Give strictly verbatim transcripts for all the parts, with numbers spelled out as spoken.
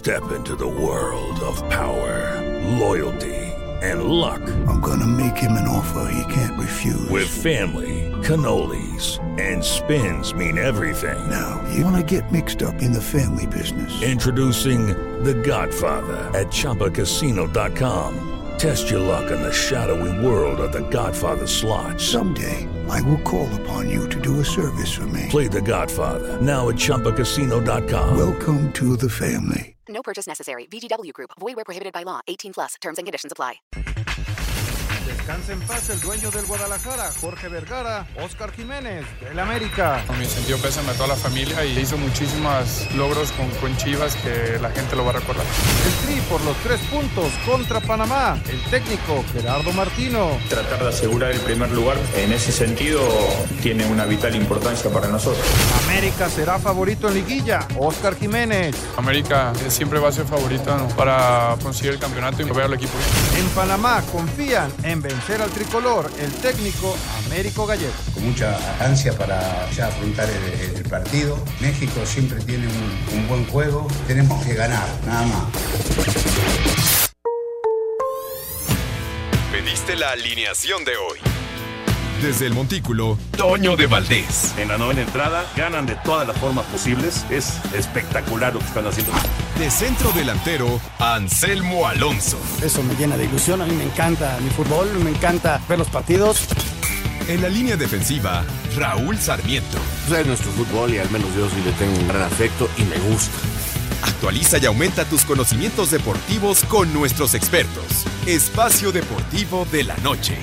Step into the world of power, loyalty, and luck. I'm gonna make him an offer he can't refuse. With family, cannolis, and spins mean everything. Now, you wanna get mixed up in the family business. Introducing The Godfather at Chumba Casino dot com. Test your luck in the shadowy world of The Godfather slot. Someday, I will call upon you to do a service for me. Play The Godfather, now at Chumba Casino dot com. Welcome to the family. No purchase necessary. V G W Group. Void where prohibited by law. eighteen plus. Terms and conditions apply. Descansa en paz el dueño del Guadalajara, Jorge Vergara, Óscar Jiménez, del América. Mi sentido pésame a toda la familia y hizo muchísimos logros con, con Chivas que la gente lo va a recordar. El Tri por los tres puntos contra Panamá. El técnico Gerardo Martino. Tratar de asegurar el primer lugar, en ese sentido, tiene una vital importancia para nosotros. América será favorito en liguilla. Óscar Jiménez. América siempre va a ser favorita, ¿no?, para conseguir el campeonato y ver al equipo bien. En Panamá confían en vencer al tricolor, el técnico Américo Gallego. Con mucha ansia para ya afrontar el, el partido. México siempre tiene un, un buen juego. Tenemos que ganar, nada más. Pediste la alineación de hoy. Desde el Montículo, Toño de Valdés. En la novena entrada, ganan de todas las formas posibles. Es espectacular lo que están haciendo. De centro delantero, Anselmo Alonso. Eso me llena de ilusión. A mí me encanta mi fútbol, me encanta ver los partidos. En la línea defensiva, Raúl Sarmiento. Pues es nuestro fútbol y al menos yo sí le tengo un gran afecto y me gusta. Actualiza y aumenta tus conocimientos deportivos con nuestros expertos. Espacio Deportivo de la Noche.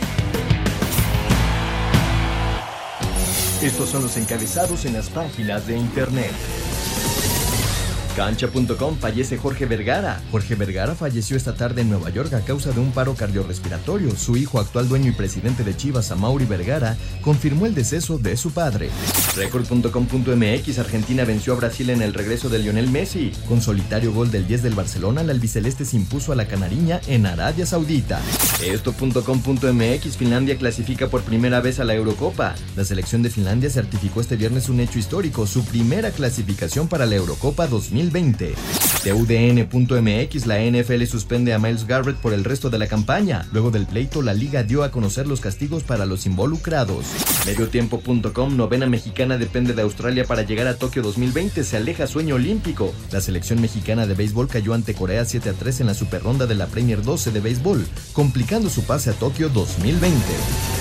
Estos son los encabezados en las páginas de internet. Cancha punto com, fallece Jorge Vergara. Jorge Vergara falleció esta tarde en Nueva York a causa de un paro cardiorrespiratorio. Su hijo, actual dueño y presidente de Chivas, Amaury Vergara, confirmó el deceso de su padre. Record punto com punto m x, Argentina venció a Brasil en el regreso de Lionel Messi. Con solitario gol del diez del Barcelona, la albiceleste se impuso a la canariña en Arabia Saudita. Esto punto com punto m x, Finlandia clasifica por primera vez a la Eurocopa. La selección de Finlandia certificó este viernes un hecho histórico, su primera clasificación para la Eurocopa dos mil veinte. T U D N punto m x, la N F L suspende a Myles Garrett por el resto de la campaña. Luego del pleito, la liga dio a conocer los castigos para los involucrados. Mediotiempo punto com, novena mexicana depende de Australia para llegar a Tokio dos mil veinte, se aleja sueño olímpico. La selección mexicana de béisbol cayó ante Corea siete a tres en la superronda de la Premier doce de béisbol, complicando su pase a Tokio dos mil veinte.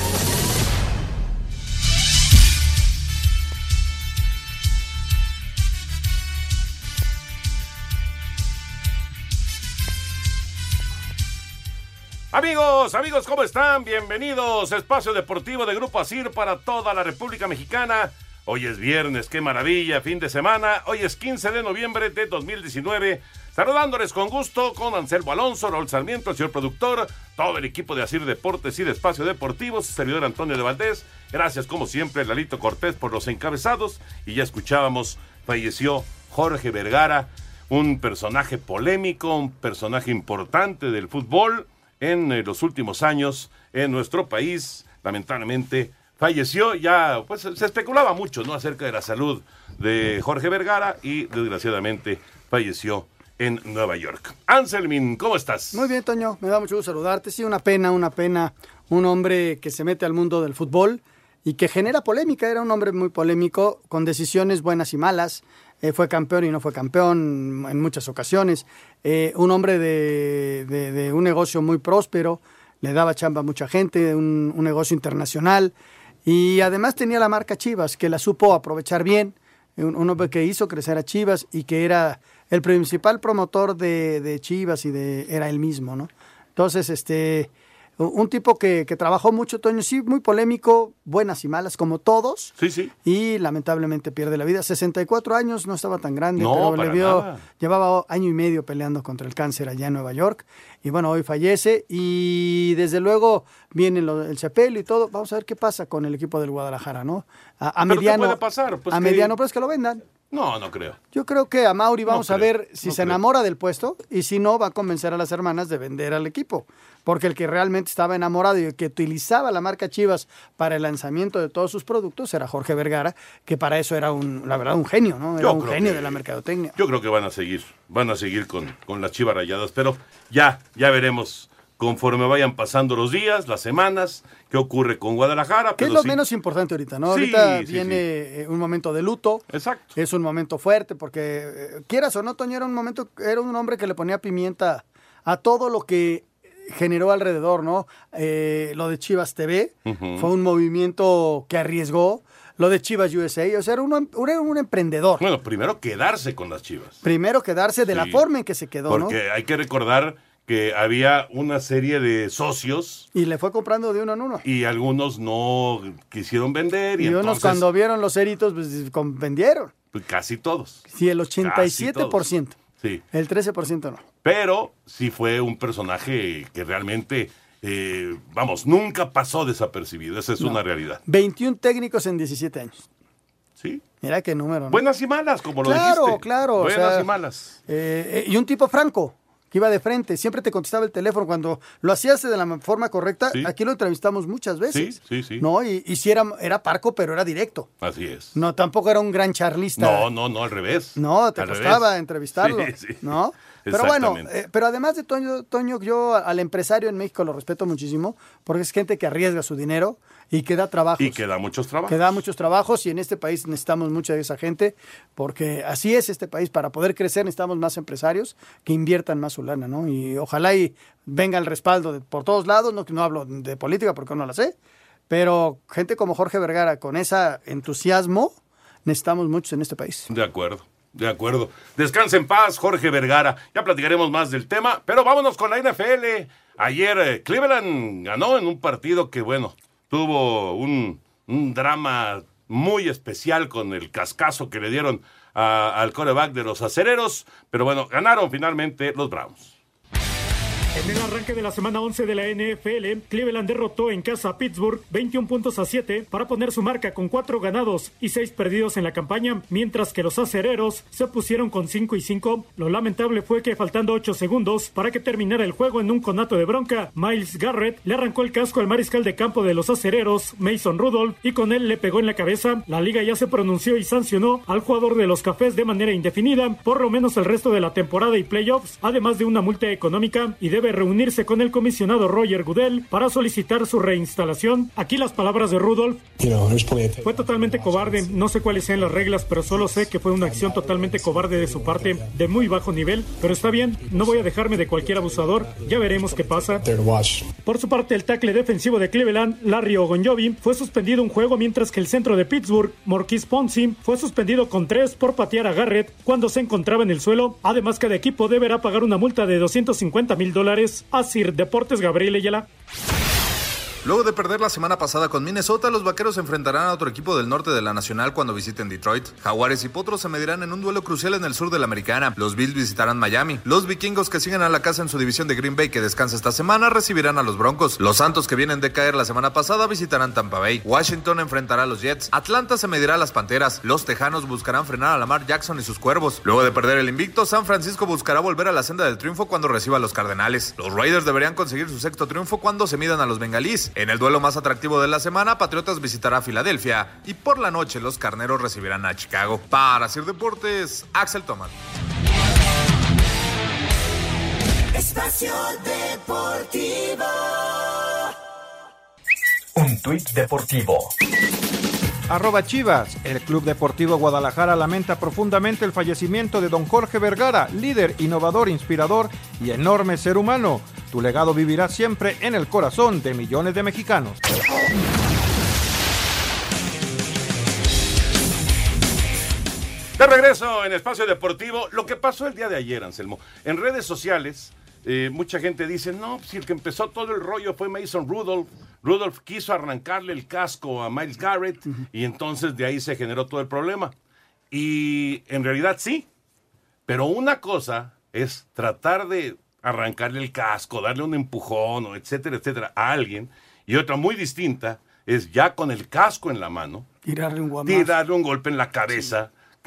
Amigos, amigos, ¿cómo están? Bienvenidos a Espacio Deportivo de Grupo Asir para toda la República Mexicana. Hoy es viernes, qué maravilla, fin de semana. Hoy es quince de noviembre de dos mil diecinueve. Saludándoles con gusto con Anselmo Alonso, Raúl Sarmiento, el señor productor, todo el equipo de Asir Deportes y de Espacio Deportivo, su servidor Antonio de Valdés. Gracias, como siempre, Lalito Cortés por los encabezados. Y ya escuchábamos, falleció Jorge Vergara, un personaje polémico, un personaje importante del fútbol en eh, los últimos años en nuestro país. Lamentablemente falleció. Ya pues se especulaba mucho, ¿no?, acerca de la salud de Jorge Vergara y desgraciadamente falleció en Nueva York. Anselmin, ¿cómo estás? Muy bien, Toño, me da mucho gusto saludarte. Sí, una pena, una pena, un hombre que se mete al mundo del fútbol y que genera polémica. Era un hombre muy polémico, con decisiones buenas y malas. Eh, fue campeón y no fue campeón en muchas ocasiones. Eh, un hombre de, de, de un negocio muy próspero, le daba chamba a mucha gente, un, un negocio internacional, y además tenía la marca Chivas, que la supo aprovechar bien. Un, un hombre que hizo crecer a Chivas y que era el principal promotor de, de Chivas y de era él mismo, ¿no? Entonces, este... un tipo que, que trabajó mucho, Toño, sí, muy polémico, buenas y malas, como todos. Sí, sí. Y lamentablemente pierde la vida. sesenta y cuatro años, no estaba tan grande, no, pero para le vio, nada. Llevaba año y medio peleando contra el cáncer allá en Nueva York. Y bueno, hoy fallece y desde luego viene lo, el sepelio y todo. Vamos a ver qué pasa con el equipo del Guadalajara, ¿no? A, a ¿Pero mediano, qué puede pasar? Pues a que... mediano, pero es que lo vendan. No, no creo. Yo creo que a Mauri vamos No a creo, ver si no se creo. enamora del puesto y si no, va a convencer a las hermanas de vender al equipo. Porque el que realmente estaba enamorado y el que utilizaba la marca Chivas para el lanzamiento de todos sus productos era Jorge Vergara, que para eso era, un, la verdad, un genio, ¿no? Era Yo un creo genio que- de la mercadotecnia. Yo creo que van a seguir, van a seguir con, con las Chivas Rayadas, pero ya, ya veremos conforme vayan pasando los días, las semanas, qué ocurre con Guadalajara. Que es pero lo sí. menos importante ahorita, ¿no? Sí, ahorita sí, viene eh, un momento de luto. Exacto. Es un momento fuerte porque, eh, quieras o no, Toño era un momento, era un hombre que le ponía pimienta a todo lo que generó alrededor, ¿no? Eh, lo de Chivas T V Ujú. fue un movimiento que arriesgó. Lo de Chivas U S A, o sea, era un, era un emprendedor. Bueno, primero quedarse con las Chivas. Primero quedarse de la Sí. forma en que se quedó, ¿no? Porque hay que recordar que había una serie de socios Y le fue comprando de uno en uno. y algunos no quisieron vender y, Y, unos entonces cuando vieron los ceritos, pues con- vendieron. pues, casi todos. Sí, el ochenta y siete por ciento. Sí. El trece por ciento no. Pero sí fue un personaje que realmente, eh, vamos, nunca pasó desapercibido. Esa es No. una realidad. veintiún técnicos en diecisiete años. Sí. Mira qué número, ¿no? Buenas y malas, como lo Claro, dijiste. claro, o Buenas sea, y malas. Eh, eh, y un tipo franco, que iba de frente, siempre te contestaba el teléfono cuando lo hacías de la forma correcta. Sí. Aquí lo entrevistamos muchas veces. Sí, sí, sí. No, y, y sí era, era parco, pero era directo. Así es. No, tampoco era un gran charlista. No, no, no, al revés. No, te Al costaba revés. entrevistarlo, Sí, sí. ¿no? Pero bueno, Exactamente. eh, pero además de Toño, Toño, yo al empresario en México lo respeto muchísimo, porque es gente que arriesga su dinero y que da trabajos. Y que da muchos trabajos. Que da muchos trabajos y en este país necesitamos mucha de esa gente, porque así es este país. Para poder crecer necesitamos más empresarios que inviertan más su lana, ¿no? Y ojalá y venga el respaldo de, por todos lados, no, no hablo de política porque no la sé, pero gente como Jorge Vergara con ese entusiasmo necesitamos muchos en este país. De acuerdo, de acuerdo. Descansa en paz, Jorge Vergara. Ya platicaremos más del tema, pero vámonos con la N F L. Ayer eh, Cleveland ganó en un partido que, bueno, tuvo un, un drama muy especial con el cascazo que le dieron a- al quarterback de los Acereros, pero bueno, ganaron finalmente los Browns. En el arranque de la semana once de la N F L, Cleveland derrotó en casa a Pittsburgh veintiún puntos a siete para poner su marca con cuatro ganados y seis perdidos en la campaña, mientras que los acereros se pusieron con cinco y cinco. Lo lamentable fue que faltando ocho segundos para que terminara el juego en un conato de bronca, Myles Garrett le arrancó el casco al mariscal de campo de los acereros, Mason Rudolph, y con él le pegó en la cabeza. La liga ya se pronunció y sancionó al jugador de los Cafés de manera indefinida, por lo menos el resto de la temporada y playoffs, además de una multa económica, y debe reunirse con el comisionado Roger Goodell para solicitar su reinstalación. Aquí las palabras de Rudolph. Fue totalmente cobarde, no sé cuáles sean las reglas, pero solo sé que fue una acción totalmente cobarde de su parte, de muy bajo nivel, pero está bien, no voy a dejarme de cualquier abusador, ya veremos qué pasa. Por su parte, el tackle defensivo de Cleveland, Larry Ogunjobi, fue suspendido un juego, mientras que el centro de Pittsburgh, Maurkice Pouncey, fue suspendido con tres por patear a Garrett cuando se encontraba en el suelo. Además, cada equipo deberá pagar una multa de doscientos cincuenta mil dólares. Así, Deportes, Gabriel Ayala. Luego de perder la semana pasada con Minnesota, los Vaqueros se enfrentarán a otro equipo del norte de la Nacional cuando visiten Detroit. Jaguares y Potros se medirán en un duelo crucial en el sur de la Americana. Los Bills visitarán Miami. Los Vikingos, que siguen a la casa en su división de Green Bay, que descansa esta semana, recibirán a los Broncos. Los Santos, que vienen de caer la semana pasada, visitarán Tampa Bay. Washington enfrentará a los Jets. Atlanta se medirá a las Panteras. Los Tejanos buscarán frenar a Lamar Jackson y sus Cuervos. Luego de perder el invicto, San Francisco buscará volver a la senda del triunfo cuando reciba a los Cardenales. Los Raiders deberían conseguir su sexto triunfo cuando se midan a los Bengalíes. En el duelo más atractivo de la semana, Patriotas visitará a Filadelfia y por la noche los Carneros recibirán a Chicago. Para Sir Deportes, Axel Toman. Espacio Deportivo. Un tuit deportivo. Arroba Chivas. El Club Deportivo Guadalajara lamenta profundamente el fallecimiento de don Jorge Vergara, líder, innovador, inspirador y enorme ser humano. Tu legado vivirá siempre en el corazón de millones de mexicanos. De regreso en Espacio Deportivo, lo que pasó el día de ayer, Anselmo. En redes sociales, eh, mucha gente dice, no, si el que empezó todo el rollo fue Mason Rudolph. Rudolph quiso arrancarle el casco a Myles Garrett uh-huh. y entonces de ahí se generó todo el problema. Y en realidad sí, pero una cosa es tratar de arrancarle el casco, darle un empujón, o etcétera, etcétera, a alguien, y otra muy distinta es ya con el casco en la mano, tirarle un guamazo. tirarle un golpe en la cabeza, sí.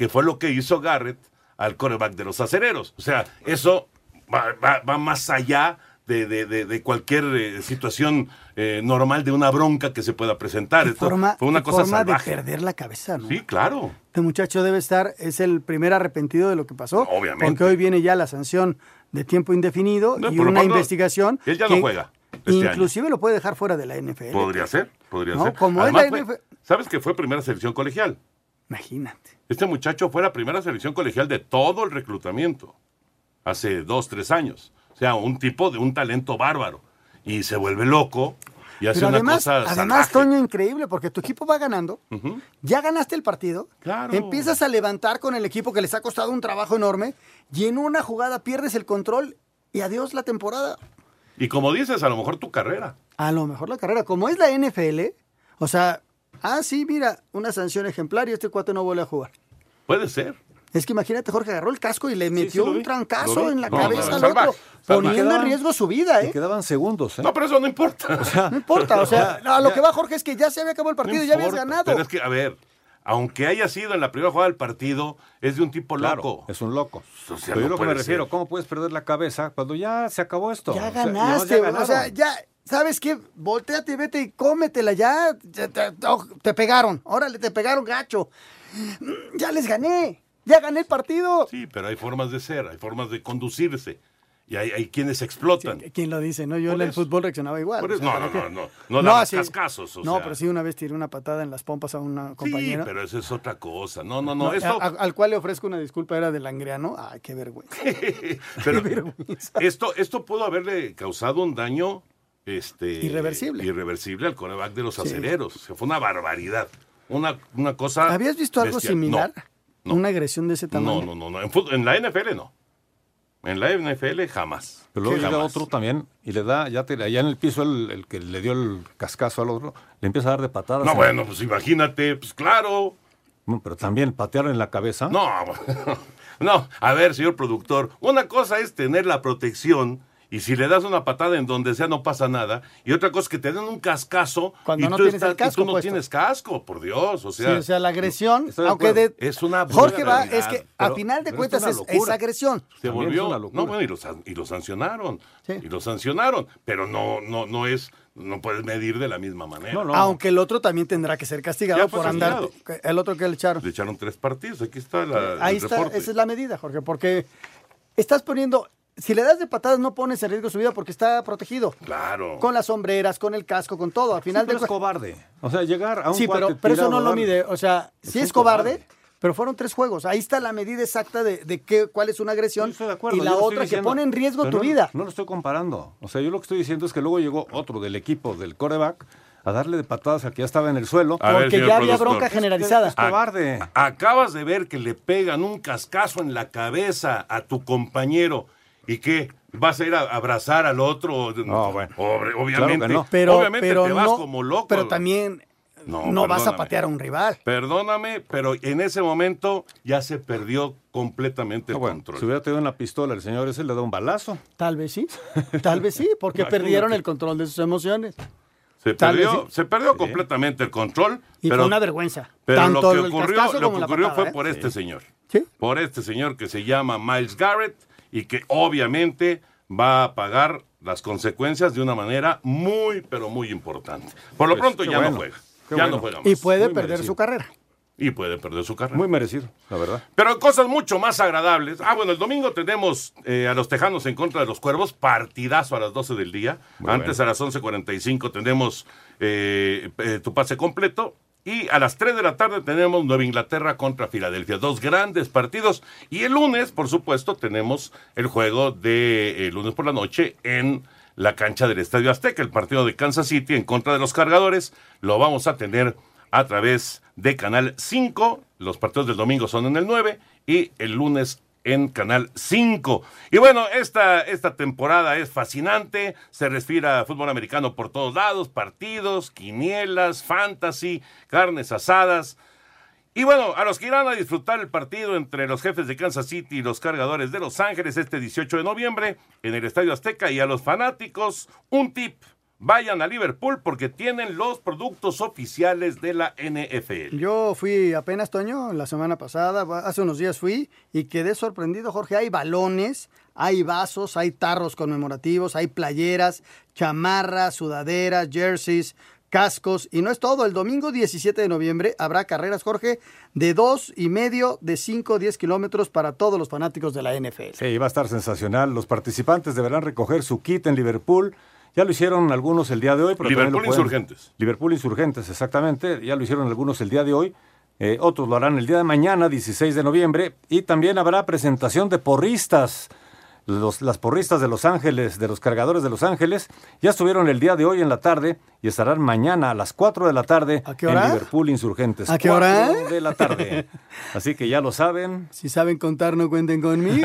que fue lo que hizo Garrett al quarterback de los Acereros. O sea, eso va, va, va más allá de, de, de, de cualquier eh, situación eh, normal de una bronca que se pueda presentar. Esto forma, fue una cosa forma salvaje. de perder la cabeza, ¿no? Sí, claro. Este muchacho debe estar, es el primer arrepentido de lo que pasó. Obviamente. Porque hoy viene ya la sanción de tiempo indefinido No, y por lo una pronto, investigación. él ya que no juega. Este inclusive año. lo puede dejar fuera de la N F L. Podría ser, podría ¿No? ser. Como Además, es la fue- N F L. ¿Sabes que fue primera selección colegial? Imagínate. Este muchacho fue la primera selección colegial de todo el reclutamiento. Hace dos, tres años. O sea, un tipo de un talento bárbaro. Y se vuelve loco y hace Pero una además, cosa además salvaje. Toño, increíble, porque tu equipo va ganando, Ujú. ya ganaste el partido, Claro. empiezas a levantar con el equipo que les ha costado un trabajo enorme, y en una jugada pierdes el control y adiós la temporada. Y como dices, a lo mejor tu carrera. A lo mejor la carrera, como es la N F L, o sea, ah, sí, mira, una sanción ejemplar y este cuate no vuelve a jugar. Puede ser. Es que imagínate, Jorge agarró el casco y le metió sí lo un vi, trancazo lo vi. en la No, cabeza no, al salvaje, otro, salvaje. poniendo en Quedaban- riesgo su vida, Y ¿eh? quedaban segundos, ¿eh? No, pero eso no importa. O sea, No importa, o sea, Ya, a lo ya. que va Jorge es que ya se había acabado el partido, No ya habías importa, ganado. Pero es que, a ver, aunque haya sido en la primera jugada del partido, es de un tipo claro, loco. es un loco. O sea, Pero yo no lo que me puede refiero, ser. ¿cómo puedes perder la cabeza cuando ya se acabó esto? Ya O sea, ganaste, ya güey, o sea, ganaron. ya, ¿sabes qué? Voltéate y vete y cómetela, ya, ya te, oh, te pegaron, órale, te pegaron gacho. Ya les gané, ya gané el partido. Sí, pero hay formas de ser, hay formas de conducirse. Y hay, hay quienes explotan. ¿Quién lo dice? No, yo Por en el eso. fútbol reaccionaba igual. Por o eso- sea, no, no, ¿para no, qué? no, no dabas sí. cascazos, o No, sea. pero sí una vez tiré una patada en las pompas a una compañera. Sí, pero eso es otra cosa. No, no, no. No, esto, a- a- al cual le ofrezco una disculpa, era de Langreano. Ay, qué vergüenza. pero Qué vergüenza. esto, esto pudo haberle causado un daño este, Irreversible. irreversible al quarterback de los Sí. Acereros. O sea, fue una barbaridad. Una, una cosa. ¿Habías visto algo bestial. similar? No, ¿Una agresión de ese tamaño? no, no, no, no. En, fut- en la N F L no. En la N F L jamás. Pero luego llega Jamás. otro también y le da, ya, te, allá en el piso, el, el que le dio el cascazo al otro, le empieza a dar de patadas. No, en- bueno, pues imagínate, pues claro. No, pero también patear en la cabeza. No, no, a ver, señor productor, una cosa es tener la protección y si le das una patada en donde sea no pasa nada, y otra cosa es que te den un cascazo Cuando y, no tú tienes el estás- y casco tú no puesto. tienes casco, por Dios, o Sí, sea, o sea, la agresión, Estoy de aunque acuerdo. de... Es una Jorge va, realidad, es que a pero- final de pero cuentas es es, una es locura. agresión. se También volvió, es una no, locura. bueno, y lo, san- y lo sancionaron, Sí. y lo sancionaron, pero no, no, no es, no puedes medir de la misma manera. No, no. Aunque el otro también tendrá que ser castigado Ya fue por andar... castigado. que- El otro que le echaron. Le echaron tres partidos, aquí está la, Ahí el está, reporte. esa es la medida, Jorge, porque estás poniendo... Si le das de patadas no pones en riesgo su vida porque está protegido. Claro. Con las sombreras, con el casco, con todo. Al final Sí, pero de es cobarde. O sea, llegar a un Sí, pero, cuate pero eso tirado no a lo darle- mide. O sea, sí un es cobarde, cobarde. pero fueron tres juegos. Ahí está la medida exacta de, de qué, cuál es una agresión Sí, estoy de acuerdo, y yo la lo estoy otra que diciendo, pone en riesgo pero tu no- vida. No lo estoy comparando. O sea, yo lo que estoy diciendo es que luego llegó otro del equipo del quarterback a darle de patadas al que ya estaba en el suelo. A ver, Porque señor ya había productor. bronca generalizada. Es cobarde. Acabas de ver que le pegan un cascazo en la cabeza a tu compañero. ¿Y qué? ¿Vas a ir a abrazar al otro? No, bueno. Obre- obviamente. Claro que no. Pero, obviamente pero te vas no, como loco. pero también No, no, vas a perdóname. patear a un rival. Perdóname, pero en ese momento ya se perdió completamente el Ah, bueno, control. si hubiera tenido una pistola, el señor ese le da un balazo. Tal vez sí, tal vez sí, porque Imagínate. perdieron el control de sus emociones. Se Tal vez perdió, sí. se perdió completamente el control. Y pero, fue una vergüenza. Pero Tanto lo que el ocurrió, cascazo lo como que la ocurrió patada, fue ¿eh? por este Sí. señor. ¿Sí? Por este señor que se llama Myles Garrett y que obviamente va a pagar las consecuencias de una manera muy, pero muy importante. Por lo Pues, pronto qué ya bueno, no juega. qué Ya bueno. no juega más. Y puede Muy perder merecido. su carrera. Y puede perder su carrera. Muy merecido, la verdad. Pero cosas mucho más agradables. Ah, bueno, el domingo tenemos eh, a los Tejanos en contra de los Cuervos, partidazo a las doce del día. Muy Antes bueno. a las once cuarenta y cinco tenemos eh, eh, tu pase completo. Y a las tres de la tarde tenemos Nueva Inglaterra contra Filadelfia. Dos grandes partidos. Y el lunes, por supuesto, tenemos el juego de eh, lunes por la noche en la cancha del Estadio Azteca. El partido de Kansas City en contra de los Cargadores. Lo vamos a tener a través de Canal cinco. Los partidos del domingo son en el nueve y el lunes en Canal cinco. Y bueno, esta, esta temporada es fascinante. Se respira fútbol americano por todos lados, partidos, quinielas, fantasy, carnes asadas. Y bueno, a los que irán a disfrutar el partido entre los Jefes de Kansas City y los Cargadores de Los Ángeles este dieciocho de noviembre en el Estadio Azteca, y a los fanáticos, un tip vayan a Liverpool porque tienen los productos oficiales de la N F L. Yo fui apenas, Toño, la semana pasada, hace unos días fui y quedé sorprendido, Jorge. Hay balones, hay vasos, hay tarros conmemorativos, hay playeras, chamarras, sudaderas, jerseys, cascos, y no es todo. El domingo diecisiete de noviembre habrá carreras, Jorge, de dos y medio, de cinco, diez kilómetros para todos los fanáticos de la N F L. Sí, va a estar sensacional. Los participantes deberán recoger su kit en Liverpool. Ya lo hicieron algunos el día de hoy. Pero Liverpool lo pueden... Insurgentes. Liverpool Insurgentes, exactamente. Ya lo hicieron algunos el día de hoy. Eh, otros lo harán el día de mañana, dieciséis de noviembre. Y también habrá presentación de porristas. Los, las porristas de Los Ángeles, de los Cargadores de Los Ángeles, ya estuvieron el día de hoy en la tarde y estarán mañana a las cuatro de la tarde ¿A qué hora? en Liverpool Insurgentes. ¿A qué hora? cuatro de la tarde. Así que ya lo saben. Si saben contar, no cuenten conmigo.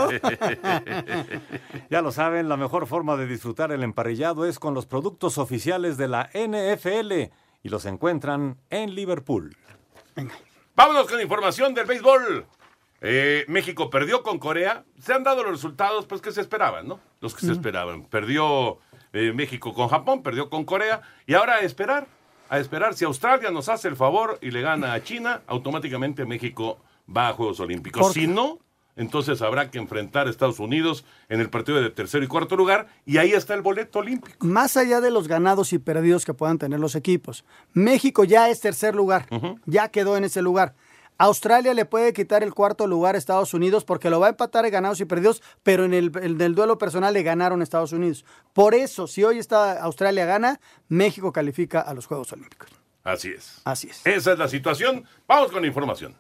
Ya lo saben, la mejor forma de disfrutar el emparrillado es con los productos oficiales de la N F L y los encuentran en Liverpool. Venga. Vámonos con información del béisbol. Eh, México perdió con Corea. Se han dado los resultados pues que se esperaban, ¿no? Los que mm. se esperaban. Perdió eh, México con Japón, perdió con Corea. Y ahora a esperar, a esperar. Si Australia nos hace el favor y le gana a China, automáticamente México va a Juegos Olímpicos. ¿Por? Si no, entonces habrá que enfrentar a Estados Unidos en el partido de tercero y cuarto lugar. Y ahí está el boleto olímpico. Más allá de los ganados y perdidos que puedan tener los equipos, México ya es tercer lugar. Uh-huh. Ya quedó en ese lugar. Australia le puede quitar el cuarto lugar a Estados Unidos porque lo va a empatar en ganados y perdidos, pero en el, en el duelo personal le ganaron a Estados Unidos. Por eso, si hoy está Australia gana, México califica a los Juegos Olímpicos. Así es. Así es. Esa es la situación. Vamos con la información.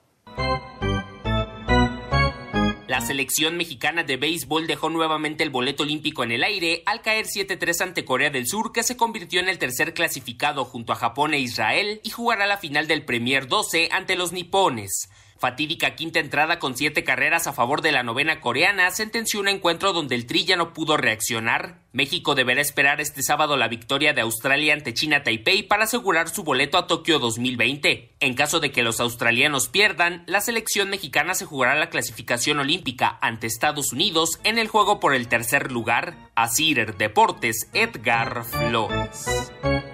La selección mexicana de béisbol dejó nuevamente el boleto olímpico en el aire al caer siete tres ante Corea del Sur, que se convirtió en el tercer clasificado junto a Japón e Israel y jugará la final del Premier doce ante los nipones. Fatídica quinta entrada con siete carreras a favor de la novena coreana sentenció un encuentro donde el Tri ya no pudo reaccionar. México deberá esperar este sábado la victoria de Australia ante China Taipei para asegurar su boleto a Tokio dos mil veinte. En caso de que los australianos pierdan, la selección mexicana se jugará la clasificación olímpica ante Estados Unidos en el juego por el tercer lugar. Asir Deportes, Edgar Flores.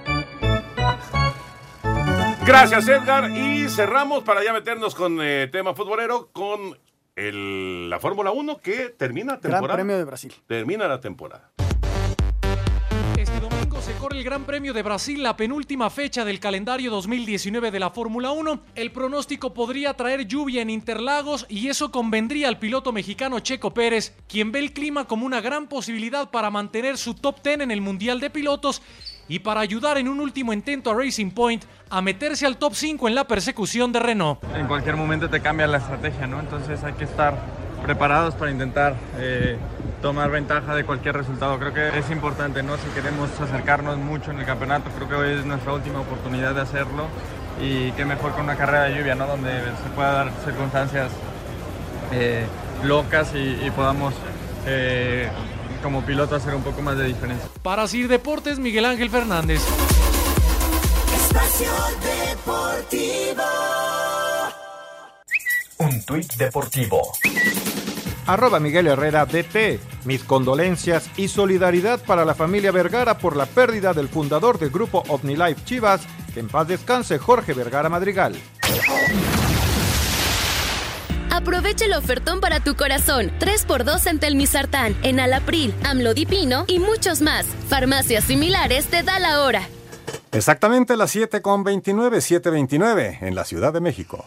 Gracias, Edgar. Y cerramos para ya meternos con eh, tema futbolero con el, la Fórmula uno que termina la temporada. Gran Premio de Brasil. Termina la temporada. Este domingo se corre el Gran Premio de Brasil, la penúltima fecha del calendario dos mil diecinueve de la Fórmula uno. El pronóstico podría traer lluvia en Interlagos y eso convendría al piloto mexicano Checo Pérez, quien ve el clima como una gran posibilidad para mantener su top diez en el Mundial de Pilotos y para ayudar en un último intento a Racing Point a meterse al top cinco en la persecución de Renault. En cualquier momento te cambia la estrategia, ¿no? Entonces hay que estar preparados para intentar eh, tomar ventaja de cualquier resultado. Creo que es importante, ¿no? Si queremos acercarnos mucho en el campeonato, creo que hoy es nuestra última oportunidad de hacerlo y qué mejor con una carrera de lluvia, ¿no? Donde se pueda dar circunstancias eh, locas y, y podamos eh, como piloto hacer un poco más de diferencia. Para Sir Deportes, Miguel Ángel Fernández. Espacio Deportivo. Un tuit deportivo. Arroba Miguel Herrera D T. Mis condolencias y solidaridad para la familia Vergara por la pérdida del fundador del grupo OmniLife Chivas. Que en paz descanse Jorge Vergara Madrigal. Aprovecha el ofertón para tu corazón. tres por dos en Telmisartán, en Alapril, Amlodipino y muchos más. Farmacias similares te da la hora. Exactamente las siete con veintinueve, siete veintinueve en la Ciudad de México.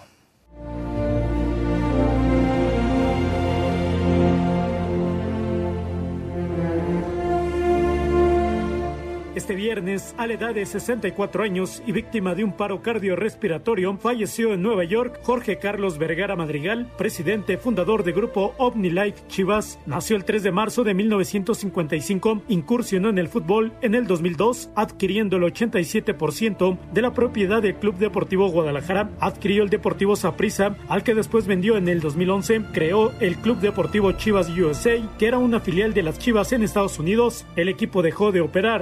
Este viernes, a la edad de sesenta y cuatro años y víctima de un paro cardiorrespiratorio, falleció en Nueva York Jorge Carlos Vergara Madrigal, presidente fundador del grupo OmniLife Chivas. Nació el tres de marzo de mil novecientos cincuenta y cinco, incursionó en el fútbol en el dos mil dos, adquiriendo el ochenta y siete por ciento de la propiedad del Club Deportivo Guadalajara, adquirió el Deportivo Saprissa, al que después vendió en el dos mil once, creó el Club Deportivo Chivas U S A, que era una filial de las Chivas en Estados Unidos. El equipo dejó de operar en el dos mil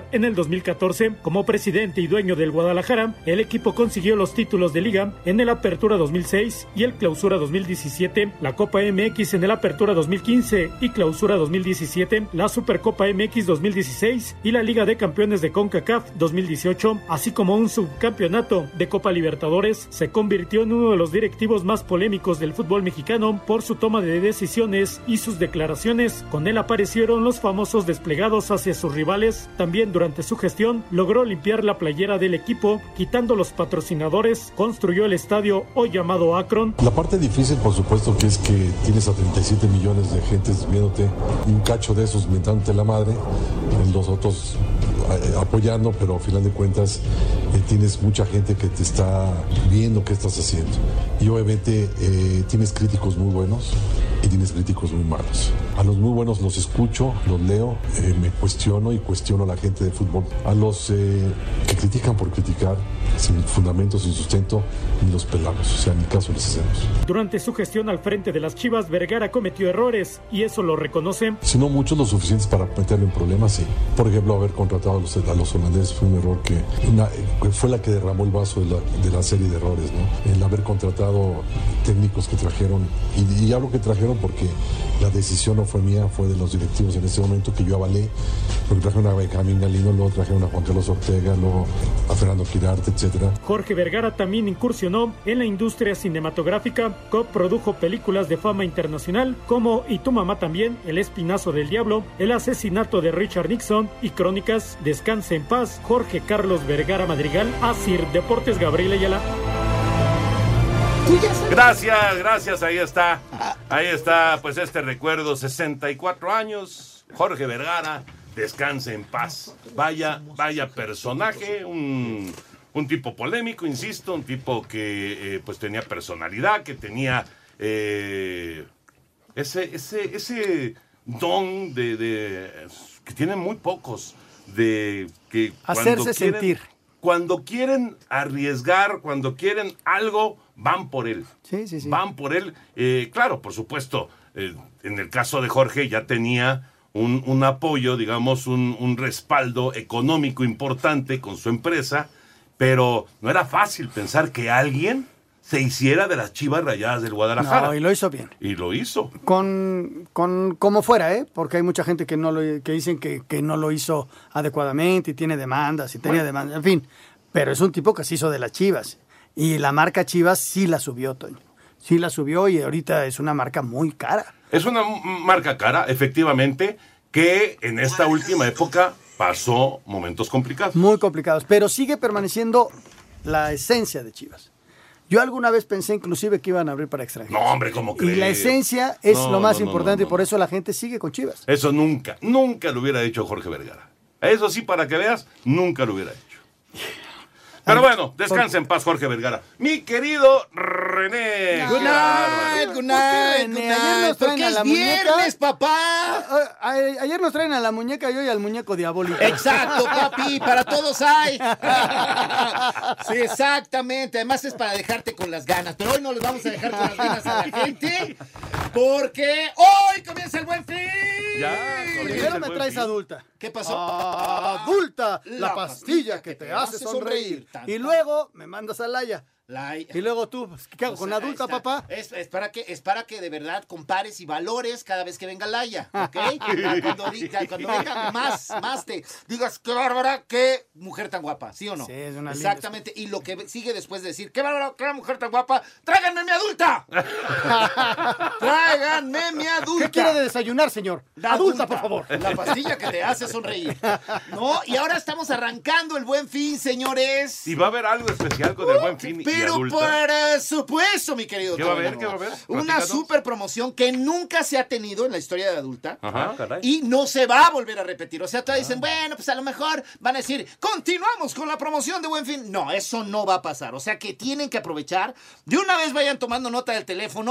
dos mil catorce, como presidente y dueño del Guadalajara, el equipo consiguió los títulos de Liga en el Apertura dos mil seis y el Clausura dos mil diecisiete, la Copa M X en el Apertura dos mil quince y Clausura dos mil diecisiete, la Supercopa M X dos mil dieciséis y la Liga de Campeones de CONCACAF dos mil dieciocho, así como un subcampeonato de Copa Libertadores. Se convirtió en uno de los directivos más polémicos del fútbol mexicano por su toma de decisiones y sus declaraciones. Con él aparecieron los famosos desplegados hacia sus rivales. También durante su gestión logró limpiar la playera del equipo, quitando los patrocinadores, construyó el estadio hoy llamado Akron. La parte difícil, por supuesto, que es que tienes a treinta y siete millones de gentes viéndote, un cacho de esos mentándote la madre, los otros eh, apoyando, pero al final de cuentas eh, tienes mucha gente que te está viendo qué estás haciendo. Y obviamente eh, tienes críticos muy buenos y tienes críticos muy malos. A los muy buenos los escucho, los leo, eh, me cuestiono y cuestiono a la gente del fútbol. A los eh, que critican por criticar, sin fundamento, sin sustento, ni los pelamos. O sea, en mi caso les hacemos. Durante su gestión al frente de las Chivas, Vergara cometió errores y eso lo reconoce. Si no muchos, lo suficientes para meterle en problemas, sí. Por ejemplo, haber contratado a los, a los holandeses fue un error que una, fue la que derramó el vaso de la, de la serie de errores, ¿no? El haber contratado técnicos que trajeron, y, y hablo que trajeron porque la decisión no fue mía, fue de los directivos en ese momento, que yo avalé, porque trajeron a Benjamín Galindo, luego trajeron a Juan Carlos Ortega, luego a Fernando Quirarte, etcétera. Jorge Vergara también incursionó en la industria cinematográfica, coprodujo películas de fama internacional como Y tu mamá también, El espinazo del diablo, El asesinato de Richard Nixon y Crónicas. Descanse en paz, Jorge Carlos Vergara Madrigal. Asir Deportes, Gabriel Ayala. Gracias, gracias, ahí está, ahí está, pues este recuerdo, sesenta y cuatro años, Jorge Vergara, descanse en paz. Vaya, vaya personaje, un, un tipo polémico, insisto, un tipo que eh, pues tenía personalidad, que tenía eh, ese, ese, ese don de, de que tienen muy pocos, de que hacerse quieren, sentir. Cuando quieren arriesgar, cuando quieren algo, van por él. Sí, sí, sí. Van por él. Eh, claro, por supuesto, eh, en el caso de Jorge ya tenía un, un apoyo, digamos, un, un respaldo económico importante con su empresa, pero no era fácil pensar que alguien se hiciera de las Chivas Rayadas del Guadalajara. No, y lo hizo bien. Y lo hizo. Con, con como fuera, ¿eh? Porque hay mucha gente que no lo, que dicen que, que no lo hizo adecuadamente y tiene demandas y tenía bueno. demandas, en fin. Pero es un tipo que se hizo de las Chivas. Y la marca Chivas sí la subió, Toño. Sí la subió y ahorita es una marca muy cara. Es una marca cara, efectivamente, que en esta última época pasó momentos complicados. Muy complicados, pero sigue permaneciendo la esencia de Chivas. Yo alguna vez pensé inclusive que iban a abrir para extranjeros. No, hombre, ¿cómo crees? Y la esencia es no, lo más no, no, importante no, no. y por eso la gente sigue con Chivas. Eso nunca, nunca lo hubiera hecho Jorge Vergara. Eso sí, para que veas, nunca lo hubiera hecho. Pero bueno, descansa en paz Jorge Vergara. Mi querido René. Good night, good night, good night. Ayer nos traen a la viernes, muñeca. papá. Ayer nos traen a la muñeca y hoy al muñeco diabólico. Exacto, papi, para todos hay. Sí, exactamente. Además es para dejarte con las ganas. Pero hoy no les vamos a dejar con las ganas a la gente. Porque hoy comienza el Buen Fin. Ya, primero me traes fin. Adulta. ¿Qué pasó? Adulta, la, la pastilla que te hace sonreír. Y luego me mandas a Laia. La... Y luego tú, ¿qué hago? O sea, ¿con adulta, está. papá? Es, es, para que, es para que de verdad compares y valores cada vez que venga Laia, ¿ok? cuando, diga, cuando venga más, más te digas, qué bárbara, qué mujer tan guapa, ¿sí o no? Sí, es una Exactamente, linda. Y lo que sigue después de decir, qué bárbara, qué mujer tan guapa, tráiganme mi adulta. Tráiganme mi adulta. ¿Qué quiere de desayunar, señor? La adulta, adulta, por favor. La pastilla que te hace sonreír. ¿No? Y ahora estamos arrancando el Buen Fin, señores. Y va a haber algo especial con el Buen Fin y Pero adulta. para supuesto, mi querido. ¿Qué va a haber? ¿Qué va a haber? Una super promoción que nunca se ha tenido en la historia de adulta. Ajá, y no se va a volver a repetir. O sea, todos dicen, bueno, pues a lo mejor van a decir, continuamos con la promoción de Buen Fin. No, eso no va a pasar. O sea, que tienen que aprovechar. De una vez vayan tomando nota del teléfono.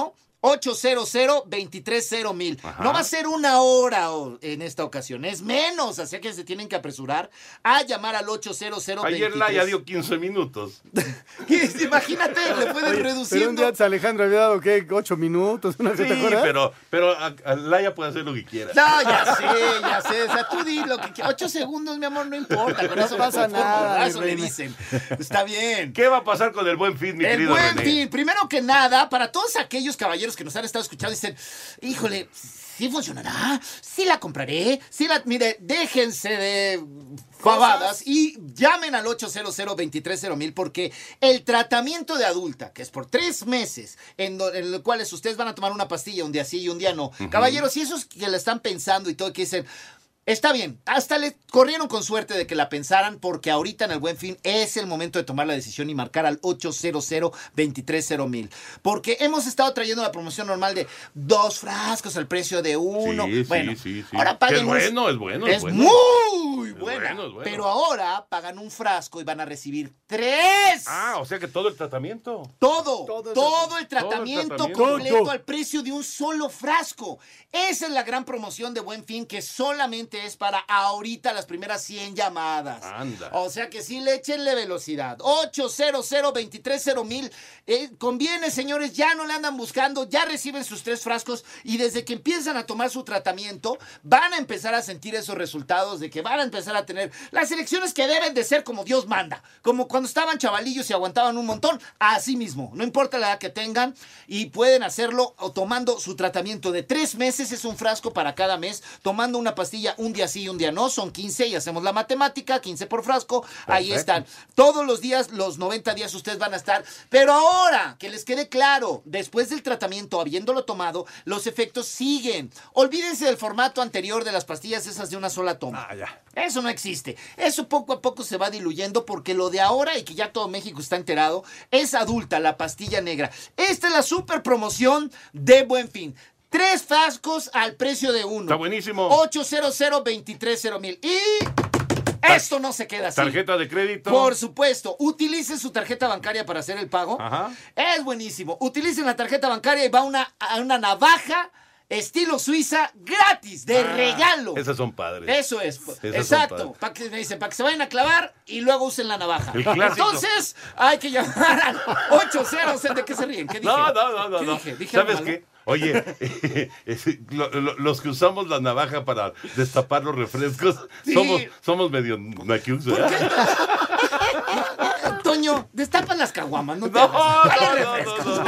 ochocientos veintitrés cero mil. No va a ser una hora en esta ocasión, es menos, así que se tienen que apresurar a llamar al ochocientos veintitrés. Ayer la ya dio quince minutos. Imagínate, le pueden reducir. Pero un día Alejandro había dado, ¿qué? ¿Ocho minutos? Una sí, pero, pero a, a Laia puede hacer lo que quiera. No, ya sé, ya sé. O sea, tú di lo que quieras. Ocho segundos, mi amor, no importa. Con eso no pasa nada. Eso le dicen. Está bien. ¿Qué va a pasar con el Buen Fin, mi el querido Buen René? Fin, primero que nada, para todos aquellos caballeros que nos han estado escuchando, dicen, híjole, ¿sí funcionará? ¿Sí la compraré? ¿Sí la...? Mire, déjense de pavadas y llamen al ochocientos veintitrés cero mil porque el tratamiento de adulta, que es por tres meses, en, do, en los cuales ustedes van a tomar una pastilla un día sí y un día no. Uh-huh. Caballeros, si esos que la están pensando y todo, que dicen... Está bien, hasta le corrieron con suerte de que la pensaran porque ahorita en el Buen Fin es el momento de tomar la decisión y marcar al ochocientos veintitrés cero mil. Porque hemos estado trayendo la promoción normal de dos frascos al precio de uno. Sí, bueno, sí, sí, sí. ahora paguen Es bueno, es bueno. Es, es bueno. muy es buena. Bueno, es bueno. Pero ahora pagan un frasco y van a recibir tres. Ah, o sea que todo el tratamiento. Todo, todo, todo el tratamiento todo el tratamiento. completo todo. Al precio de un solo frasco. Esa es la gran promoción de Buen Fin que solamente es para ahorita las primeras cien llamadas. Anda. O sea que sí le échenle velocidad. ochocientos veintitrés cero mil. Eh, conviene, señores, ya no le andan buscando, ya reciben sus tres frascos y desde que empiezan a tomar su tratamiento van a empezar a sentir esos resultados de que van a empezar a tener las elecciones que deben de ser como Dios manda. Como cuando estaban chavalillos y aguantaban un montón, así mismo. No importa la edad que tengan y pueden hacerlo tomando su tratamiento de tres meses. Es un frasco para cada mes, tomando una pastilla un día sí y un día no. Son quince y hacemos la matemática, quince por frasco. Perfecto. Ahí están. Todos los días, los noventa días ustedes van a estar. Pero ahora, que les quede claro, después del tratamiento, habiéndolo tomado, los efectos siguen. Olvídense del formato anterior de las pastillas esas de una sola toma. Ah, ya. Eso no existe. Eso poco a poco se va diluyendo porque lo de ahora, y que ya todo México está enterado, es adulta, la pastilla negra. Esta es la super promoción de Buen Fin. Tres frascos al precio de uno. Está buenísimo. ochocientos veintitrés cero mil. Y esto no se queda así. ¿Tarjeta de crédito? Por supuesto. Utilicen su tarjeta bancaria para hacer el pago. Ajá. Es buenísimo. Utilicen la tarjeta bancaria y va una, a una navaja estilo Suiza gratis, de ah, regalo. Esas son padres. Eso es. Esas Exacto. Para que me dicen, para que se vayan a clavar y luego usen la navaja. El clásico. Entonces, hay que llamar al ochocientos. ¿De qué se ríen? ¿Qué dije? No, no, no, no. ¿Qué no. dije? ¿Dije ¿Sabes qué? Oye, eh, eh, lo, lo, los que usamos la navaja para destapar los refrescos, sí. somos, somos medio naquius, ¿verdad? Toño, destapan las caguamas, no te no, no, no, no, no, no,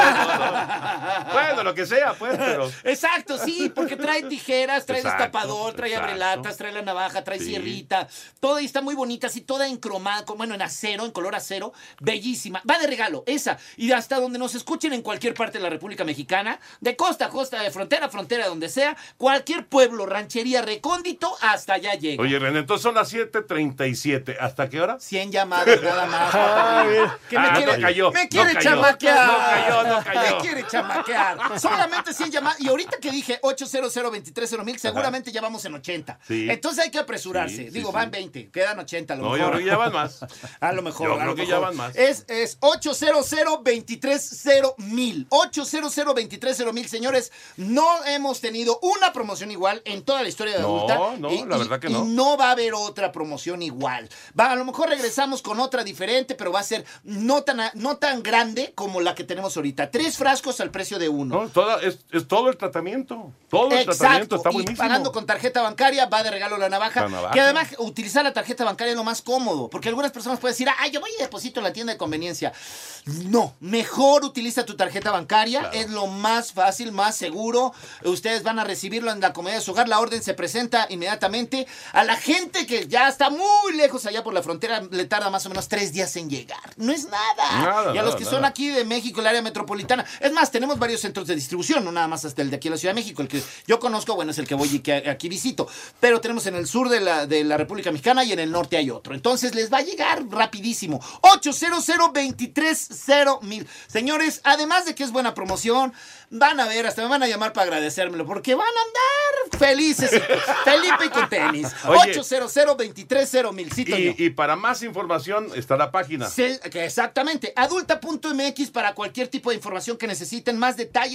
no. Bueno, lo que sea, pues, pero... Exacto, sí, porque trae tijeras, trae exacto, destapador, trae exacto. abrelatas, trae la navaja, trae sí. sierrita, toda y está muy bonita, así toda en cromada, bueno, en acero, en color acero, bellísima. Va de regalo, esa. Y hasta donde nos escuchen en cualquier parte de la República Mexicana, de costa a costa, de frontera a frontera, donde sea, cualquier pueblo, ranchería, recóndito, hasta allá llega. Oye, René, entonces son las siete treinta y siete. ¿Hasta qué hora? cien llamadas nada más. Que me ah, quiere, no cayó, me quiere no chamaquear. No cayó, no cayó. Me quiere chamaquear. Solamente cien llamadas. Y ahorita que dije ochocientos veintitrés cero mil, seguramente Ajá. ya vamos en ochenta. Sí. Entonces hay que apresurarse. Sí, sí, Digo, sí. van veinte, quedan ochenta a lo no, mejor. yo creo que ya van más. A lo mejor. Yo a creo lo que mejor. ya van más. Es, es ochocientos veintitrés cero mil. ochocientos veintitrés cero mil, señores. No hemos tenido una promoción igual en toda la historia de no, adulta. No, no, y, la verdad que y no. Y no va a haber otra promoción igual. Va, a lo mejor regresamos con otra diferente, pero va a ser no tan, no tan grande como la que tenemos ahorita. Tres frascos al precio de uno. No, toda, es, es todo el tratamiento. Todo el Exacto. tratamiento está buenísimo. Y pagando con tarjeta bancaria va de regalo la navaja, la navaja. Que además utilizar la tarjeta bancaria es lo más cómodo. Porque algunas personas pueden decir, ah, yo voy y deposito en la tienda de conveniencia. No, mejor utiliza tu tarjeta bancaria. Claro. Es lo más fácil, más seguro. Ustedes van a recibirlo en la comodidad de su hogar. La orden se presenta inmediatamente. A la gente que ya está muy lejos allá por la frontera, le tarda más o menos tres días en llegar. No es nada. nada y a los que nada. son aquí de México, el área metropolitana. Es más, tenemos varios centros de distribución, no nada más hasta el de aquí en la Ciudad de México. El que yo conozco, bueno, es el que voy y que aquí visito. Pero tenemos en el sur de la, de la República Mexicana y en el norte hay otro. Entonces les va a llegar rapidísimo. ochocientos veintitrés cero mil. Señores, además de que es buena promoción, van a ver, hasta me van a llamar para agradecérmelo, porque van a andar felices. Felipe y con tenis. ochocientos veintitrés cero mil. Sí, y, y para más información está la página. Sí, que exactamente. adulta punto m x para cualquier tipo de información que necesiten, más detalles.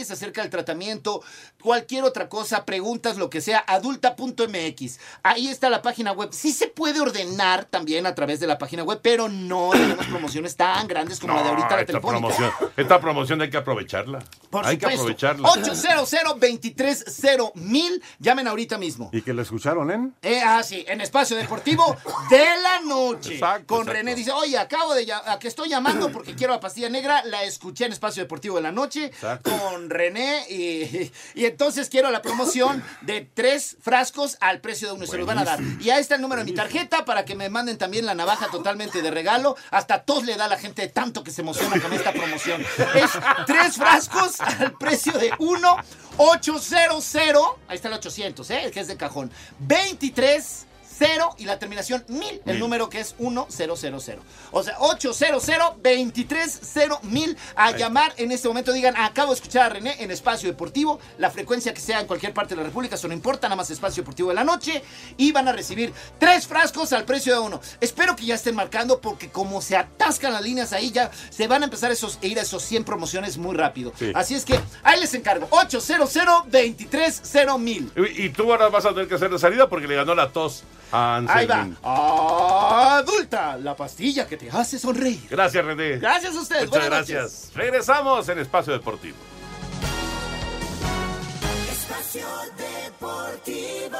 detalles acerca del tratamiento, cualquier otra cosa, preguntas, lo que sea, adulta punto m x. Ahí está la página web. Sí se puede ordenar también a través de la página web, pero no tenemos promociones tan grandes como No, la de ahorita, la esta telefónica. promoción, esta promoción hay que aprovecharla. Por hay que supuesto. aprovecharla. ocho cero cero, veintitrés cero mil. Llamen ahorita mismo. ¿Y que lo escucharon en? Eh, ah, sí, en Espacio Deportivo de la Noche. Exacto, Con exacto. René dice, oye, acabo de llamar, que estoy llamando porque quiero la pastilla negra, la escuché en Espacio Deportivo de la Noche Exacto. con René y, y entonces quiero la promoción de tres frascos al precio de uno y se los van a dar. Y ahí está el número de mi tarjeta para que me manden también la navaja totalmente de regalo. Hasta tos le da a la gente de tanto que se emociona con esta promoción. Es tres frascos al precio de uno, ochocientos, ahí está el ochocientos, ¿eh? Que es de cajón, veintitrés cero y la terminación mil, el Mil. número que es uno cero cero cero. O sea, ochocientos, veintitrés cero mil. A Ahí llamar en este momento, digan, acabo de escuchar a René en Espacio Deportivo, la frecuencia que sea en cualquier parte de la República, eso no importa, nada más Espacio Deportivo de la Noche, y van a recibir tres frascos al precio de uno. Espero que ya estén marcando, porque como se atascan las líneas ahí, ya se van a empezar esos, a ir a esos cien promociones muy rápido. Sí. Así es que ahí les encargo, ochocientos, veintitrés cero mil. Y, y tú ahora vas a tener que hacer de salida porque le ganó la tos a Ahí va. Anselmín. Adulta, la pastilla que te hace sonreír. Gracias, René. Gracias a ustedes. Muchas Buenas gracias. noches. Regresamos en Espacio Deportivo. Espacio Deportivo.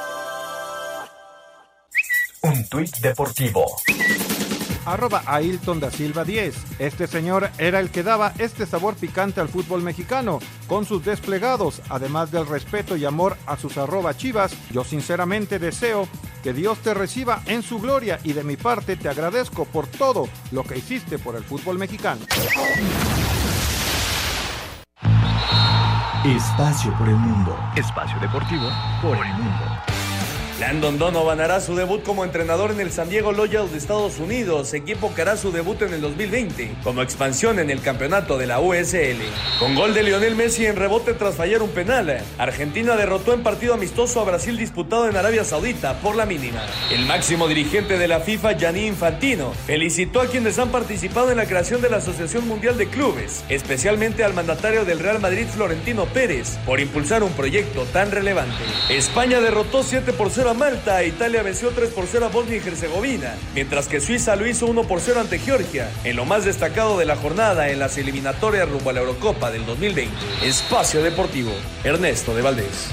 Un tuit deportivo. Arroba Ailton da Silva diez. Este señor era el que daba este sabor picante al fútbol mexicano, con sus desplegados, además del respeto y amor a sus arroba chivas. Yo sinceramente deseo que Dios te reciba en su gloria y de mi parte te agradezco por todo lo que hiciste por el fútbol mexicano. Espacio por el mundo. Espacio deportivo por el mundo. Landon Donovan hará su debut como entrenador en el San Diego Loyal de Estados Unidos, equipo que hará su debut en el dos mil veinte, como expansión en el campeonato de la U S L. Con gol de Lionel Messi en rebote tras fallar un penal, Argentina derrotó en partido amistoso a Brasil disputado en Arabia Saudita por la mínima. El máximo dirigente de la FIFA, Gianni Infantino, felicitó a quienes han participado en la creación de la Asociación Mundial de Clubes, especialmente al mandatario del Real Madrid, Florentino Pérez, por impulsar un proyecto tan relevante. España derrotó siete por cero a Malta, Italia venció tres por cero a Bosnia y Herzegovina, mientras que Suiza lo hizo uno por cero ante Georgia, en lo más destacado de la jornada en las eliminatorias rumbo a la Eurocopa del dos mil veinte. Espacio Deportivo, Ernesto de Valdés.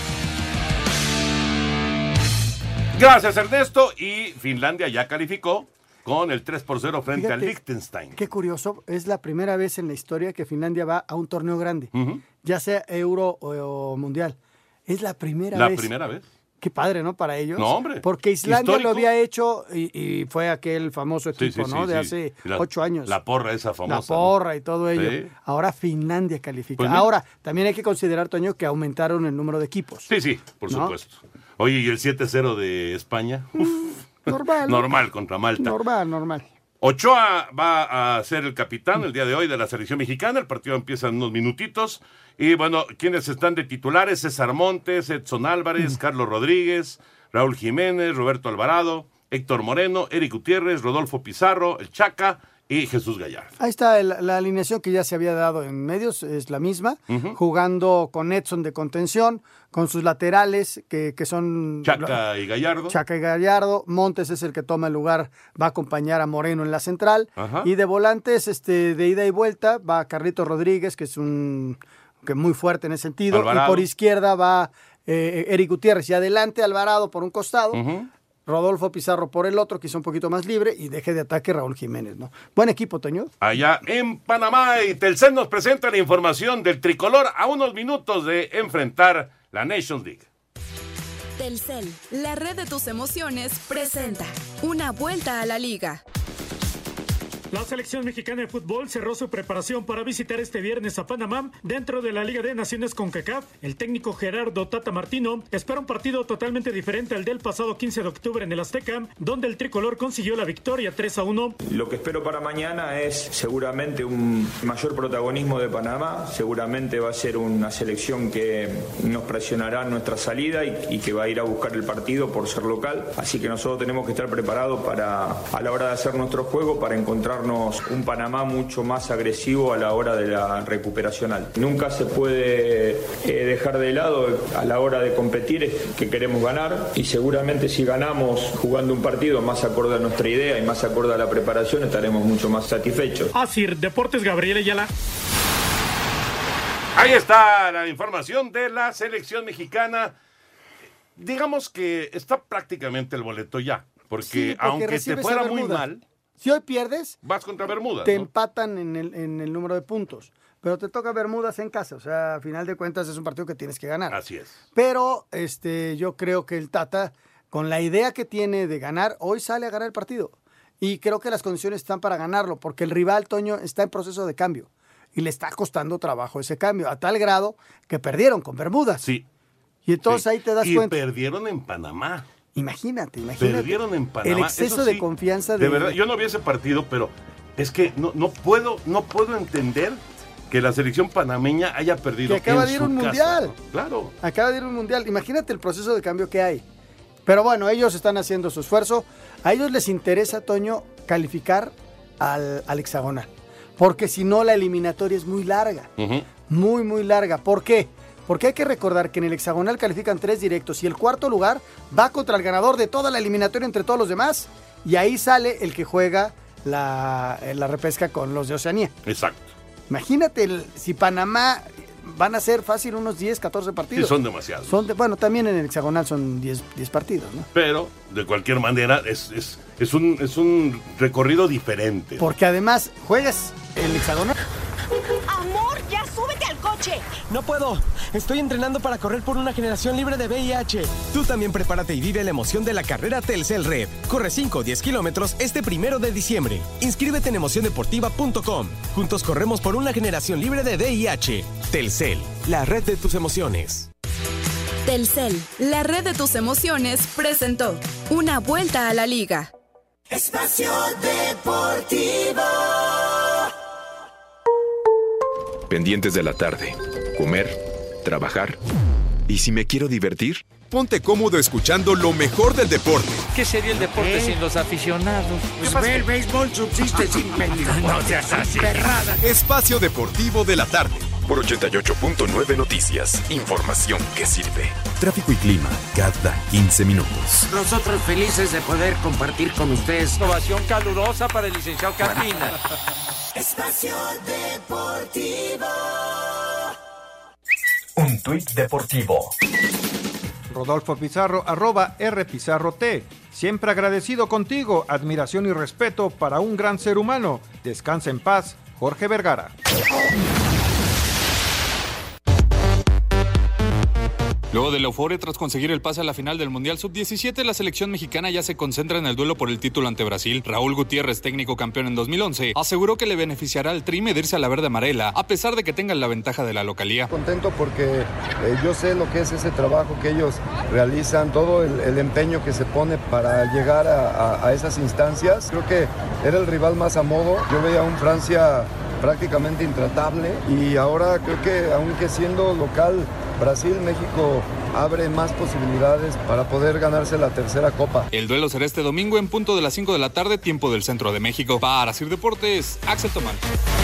Gracias, Ernesto. Y Finlandia ya calificó con el tres por cero frente Fíjate, al Liechtenstein. Qué curioso, es la primera vez en la historia que Finlandia va a un torneo grande, Uh-huh. ya sea Euro o, o Mundial. Es la primera La vez. primera vez. Qué padre, ¿no? Para ellos. No, hombre. Porque Islandia Histórico. lo había hecho y, y fue aquel famoso Sí, equipo, sí, ¿no? sí, de sí. hace La- ocho años. La porra esa famosa. La porra y todo ello. Sí. Ahora Finlandia califica. Pues mira. Ahora, también hay que considerar, Toño, que aumentaron el número de equipos. Sí, sí, por ¿No? supuesto. Oye, ¿y el siete cero de España? Uf. Normal. Normal contra Malta. Normal, normal. Ochoa va a ser el capitán el día de hoy de la selección mexicana. El partido empieza en unos minutitos. Y bueno, quienes están de titulares: César Montes, Edson Álvarez, Carlos Rodríguez, Raúl Jiménez, Roberto Alvarado, Héctor Moreno, Eric Gutiérrez, Rodolfo Pizarro, el Chaca y Jesús Gallardo. Ahí está el- la alineación que ya se había dado en medios, es la misma, Ujú. jugando con Edson de contención, con sus laterales, que, que son... Chaca y Gallardo. Chaca y Gallardo. Montes es el que toma el lugar, va a acompañar a Moreno en la central. Ajá. Y de volantes, este, de ida y vuelta, va Carlito Rodríguez, que es un que muy fuerte en ese sentido. Alvarado. Y por izquierda va eh, Eric Gutiérrez. Y adelante Alvarado por un costado. Ujú. Rodolfo Pizarro por el otro, quizá un poquito más libre, y deje de ataque Raúl Jiménez, ¿no? Buen equipo, Toño. Allá en Panamá, y Telcel nos presenta la información del tricolor a unos minutos de enfrentar la Nations League. Telcel, la red de tus emociones, presenta una vuelta a la liga. La selección mexicana de fútbol cerró su preparación para visitar este viernes a Panamá dentro de la Liga de Naciones CONCACAF. El técnico Gerardo Tata Martino espera un partido totalmente diferente al del pasado quince de octubre en el Azteca, donde el tricolor consiguió la victoria tres a uno. Lo que espero para mañana es seguramente un mayor protagonismo de Panamá, seguramente va a ser una selección que nos presionará en nuestra salida y, y que va a ir a buscar el partido por ser local, así que nosotros tenemos que estar preparados para, a la hora de hacer nuestro juego, para encontrarnos vernos un Panamá mucho más agresivo a la hora de la recuperación alta. Nunca se puede eh, dejar de lado a la hora de competir es que queremos ganar y seguramente si ganamos jugando un partido más acorde a nuestra idea y más acorde a la preparación estaremos mucho más satisfechos. Asir Deportes, Gabriel Ayala. Ahí está la información de la selección mexicana. Digamos que está prácticamente el boleto ya, porque, sí, porque aunque te fuera muy mal, si hoy pierdes, vas contra Bermudas, te ¿no? empatan en el, en el número de puntos, pero te toca Bermudas en casa, o sea, a final de cuentas es un partido que tienes que ganar. Así es. Pero este, yo creo que el Tata, con la idea que tiene de ganar, hoy sale a ganar el partido. Y creo que las condiciones están para ganarlo, porque el rival, Toño, está en proceso de cambio. Y le está costando trabajo ese cambio, a tal grado que perdieron con Bermudas. Sí. Y entonces sí. ahí te das y cuenta. Y perdieron en Panamá. Imagínate, imagínate. Perdieron en Panamá. El exceso Eso sí, de confianza. De... de verdad, yo no vi ese partido, pero es que no, no, puedo, no puedo entender que la selección panameña haya perdido que acaba en de ir su un casa, mundial. ¿no? Claro. Acaba de ir un mundial. Imagínate el proceso de cambio que hay. Pero bueno, ellos están haciendo su esfuerzo. A ellos les interesa, Toño, calificar al, al hexagonal. Porque si no, la eliminatoria es muy larga. Uh-huh. Muy, muy larga. ¿Por qué? Porque hay que recordar que en el hexagonal califican tres directos y el cuarto lugar va contra el ganador de toda la eliminatoria entre todos los demás. Y ahí sale el que juega la, la repesca con los de Oceanía. Exacto. Imagínate el, si Panamá van a ser fácil unos diez, catorce partidos. Sí, son demasiados. Son de, bueno, también en el hexagonal son diez, diez partidos, ¿no? Pero, de cualquier manera, es, es, es, un, es un recorrido diferente. Porque además, juegas el hexagonal. Amor, ya súbete al coche. No puedo. Estoy entrenando para correr por una generación libre de V I H. Tú también prepárate y vive la emoción de la carrera Telcel Red. Corre cinco o diez kilómetros este primero de diciembre. Inscríbete en emoción deportiva punto com. Juntos corremos por una generación libre de V I H. Telcel, la red de tus emociones. Telcel, la red de tus emociones, presentó Una Vuelta a la Liga. Espacio Deportivo. Pendientes de la tarde, comer, trabajar. ¿Y si me quiero divertir? Ponte cómodo escuchando lo mejor del deporte. ¿Qué sería el deporte ¿Eh? sin los aficionados? Pues ve, el béisbol subsiste sin béisbol. No seas así. Perrada. Espacio Deportivo de la tarde. Por ochenta y ocho punto nueve Noticias. Información que sirve. Tráfico y clima cada quince minutos. Nosotros felices de poder compartir con ustedes. Ovación calurosa para el licenciado Carmina. Espacio Deportivo. Un tuit deportivo. Rodolfo Pizarro, arroba R Pizarro T. Siempre agradecido contigo, admiración y respeto para un gran ser humano. Descansa en paz, Jorge Vergara. Luego de la euforia tras conseguir el pase a la final del Mundial sub diecisiete, la selección mexicana ya se concentra en el duelo por el título ante Brasil. Raúl Gutiérrez, técnico campeón en dos mil once, aseguró que le beneficiará al Tri medirse a la verde amarela, a pesar de que tengan la ventaja de la localía. Contento porque eh, yo sé lo que es ese trabajo que ellos realizan, todo el, el empeño que se pone para llegar a, a, a esas instancias. Creo que era el rival más a modo. Yo veía a un Francia prácticamente intratable y ahora creo que aunque siendo local Brasil, México abre más posibilidades para poder ganarse la tercera copa. El duelo será este domingo en punto de las cinco de la tarde, tiempo del centro de México. Para Sir Deportes, Axel Tomán.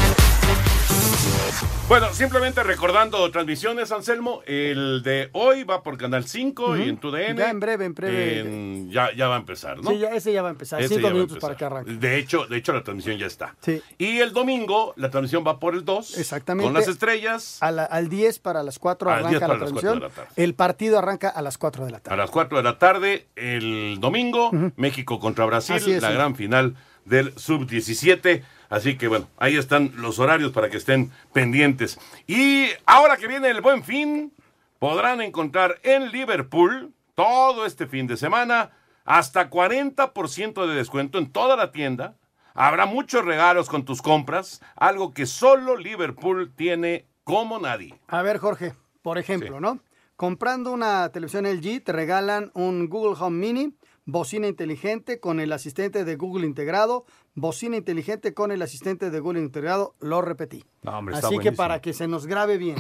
Bueno, simplemente recordando transmisiones, Anselmo, el de hoy va por Canal cinco uh-huh. y en tu D N. Ya en breve, en breve. En, ya, ya va a empezar, ¿no? Sí, ya, ese ya va a empezar, ese cinco minutos para que arranque. De hecho, de hecho, la transmisión ya está. Sí. Y el domingo, la transmisión va por el dos. Exactamente. Con las estrellas. A la, al diez para las cuatro arranca la transmisión. El partido arranca a las cuatro de la tarde. A las cuatro de la tarde, el domingo, uh-huh. México contra Brasil, es, la sí. gran final del sub diecisiete. Así que bueno, ahí están los horarios para que estén pendientes. Y ahora que viene el Buen Fin, podrán encontrar en Liverpool todo este fin de semana hasta cuarenta por ciento de descuento en toda la tienda. Habrá muchos regalos con tus compras, algo que solo Liverpool tiene como nadie. A ver, Jorge, por ejemplo, sí. ¿no? Comprando una televisión L G te regalan un Google Home Mini, bocina inteligente con el asistente de Google integrado, bocina inteligente con el asistente de Google integrado, lo repetí. No, hombre, Así que para que se nos grabe bien.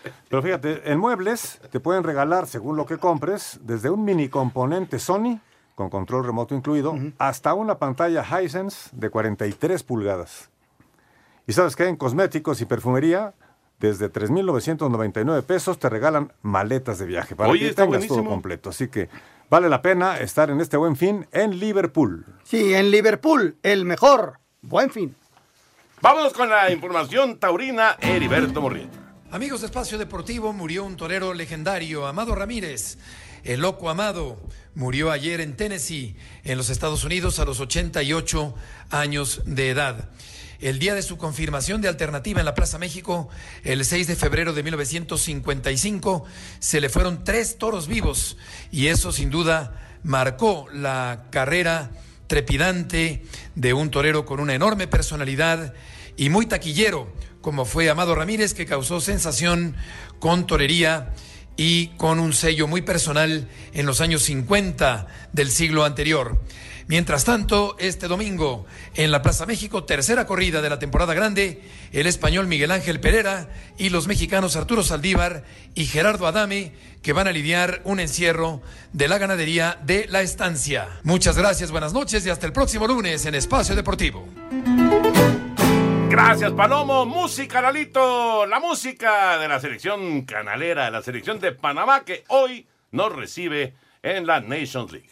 Pero fíjate, en muebles te pueden regalar, según lo que compres, desde un mini componente Sony con control remoto incluido, uh-huh. hasta una pantalla Hisense de cuarenta y tres pulgadas. Y ¿sabes qué? En cosméticos y perfumería, desde tres mil novecientos noventa y nueve pesos te regalan maletas de viaje para Oye, que está tengas buenísimo. todo completo. Así que vale la pena estar en este Buen Fin en Liverpool. Sí, en Liverpool, el mejor Buen Fin. Vámonos con la información taurina, Heriberto Murrieta. Amigos de Espacio Deportivo, murió un torero legendario, Amado Ramírez. El loco Amado murió ayer en Tennessee, en los Estados Unidos, a los ochenta y ocho años de edad. El día de su confirmación de alternativa en la Plaza México, el seis de febrero de mil novecientos cincuenta y cinco, se le fueron tres toros vivos y eso sin duda marcó la carrera trepidante de un torero con una enorme personalidad y muy taquillero, como fue Amado Ramírez, que causó sensación con torería y con un sello muy personal en los años cincuenta del siglo anterior. Mientras tanto, este domingo, en la Plaza México, tercera corrida de la temporada grande, el español Miguel Ángel Pereira y los mexicanos Arturo Saldívar y Gerardo Adame, que van a lidiar un encierro de la ganadería de La Estancia. Muchas gracias, buenas noches y hasta el próximo lunes en Espacio Deportivo. Gracias, Palomo. Música, Lalito. La música de la selección canalera, la selección de Panamá, que hoy nos recibe en la Nations League.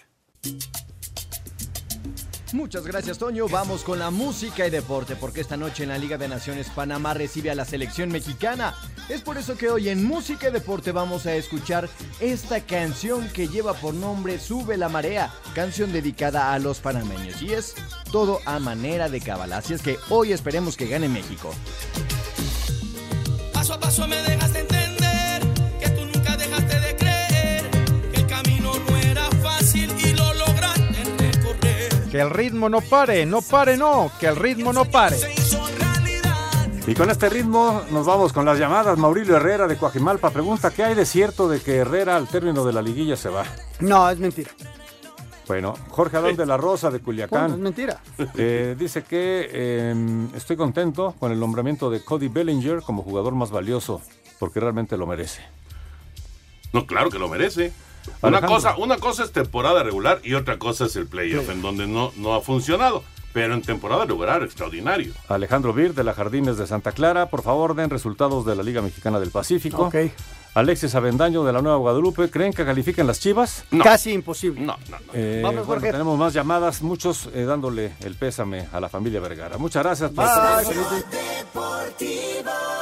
Muchas gracias, Toño. Vamos con la música y deporte, porque esta noche en la Liga de Naciones Panamá recibe a la selección mexicana. Es por eso que hoy en Música y Deporte vamos a escuchar esta canción que lleva por nombre Sube la Marea, canción dedicada a los panameños, y es todo a manera de cábala. Así es que hoy esperemos que gane México. Paso a paso me dejaste entender que tú nunca dejaste de creer que el camino no era fácil y lo lograste recorrer. Que el ritmo no pare, no pare, no, que el ritmo no pare. Y con este ritmo nos vamos con las llamadas. Maurilio Herrera de Coajimalpa pregunta: ¿qué hay de cierto de que Herrera al término de la liguilla se va? No, es mentira. Bueno, Jorge Adón de la Rosa de Culiacán. Bueno, es mentira. Eh, dice que eh, estoy contento con el nombramiento de Cody Bellinger como jugador más valioso, porque realmente lo merece. No, claro que lo merece. Una Alejandro. cosa, una cosa es temporada regular y otra cosa es el playoff, Sí. en donde no, no ha funcionado. Pero en temporada regular, extraordinario. Alejandro Bir de la Jardines de Santa Clara, por favor den resultados de la Liga Mexicana del Pacífico. Ok. Alexis Avendaño de la Nueva Guadalupe, ¿creen que califiquen las Chivas? No. Casi imposible. No, no, no. Eh, Vamos, bueno, Jorge. tenemos más llamadas, muchos eh, dándole el pésame a la familia Vergara. Muchas gracias por Bye. estar. Deportivo.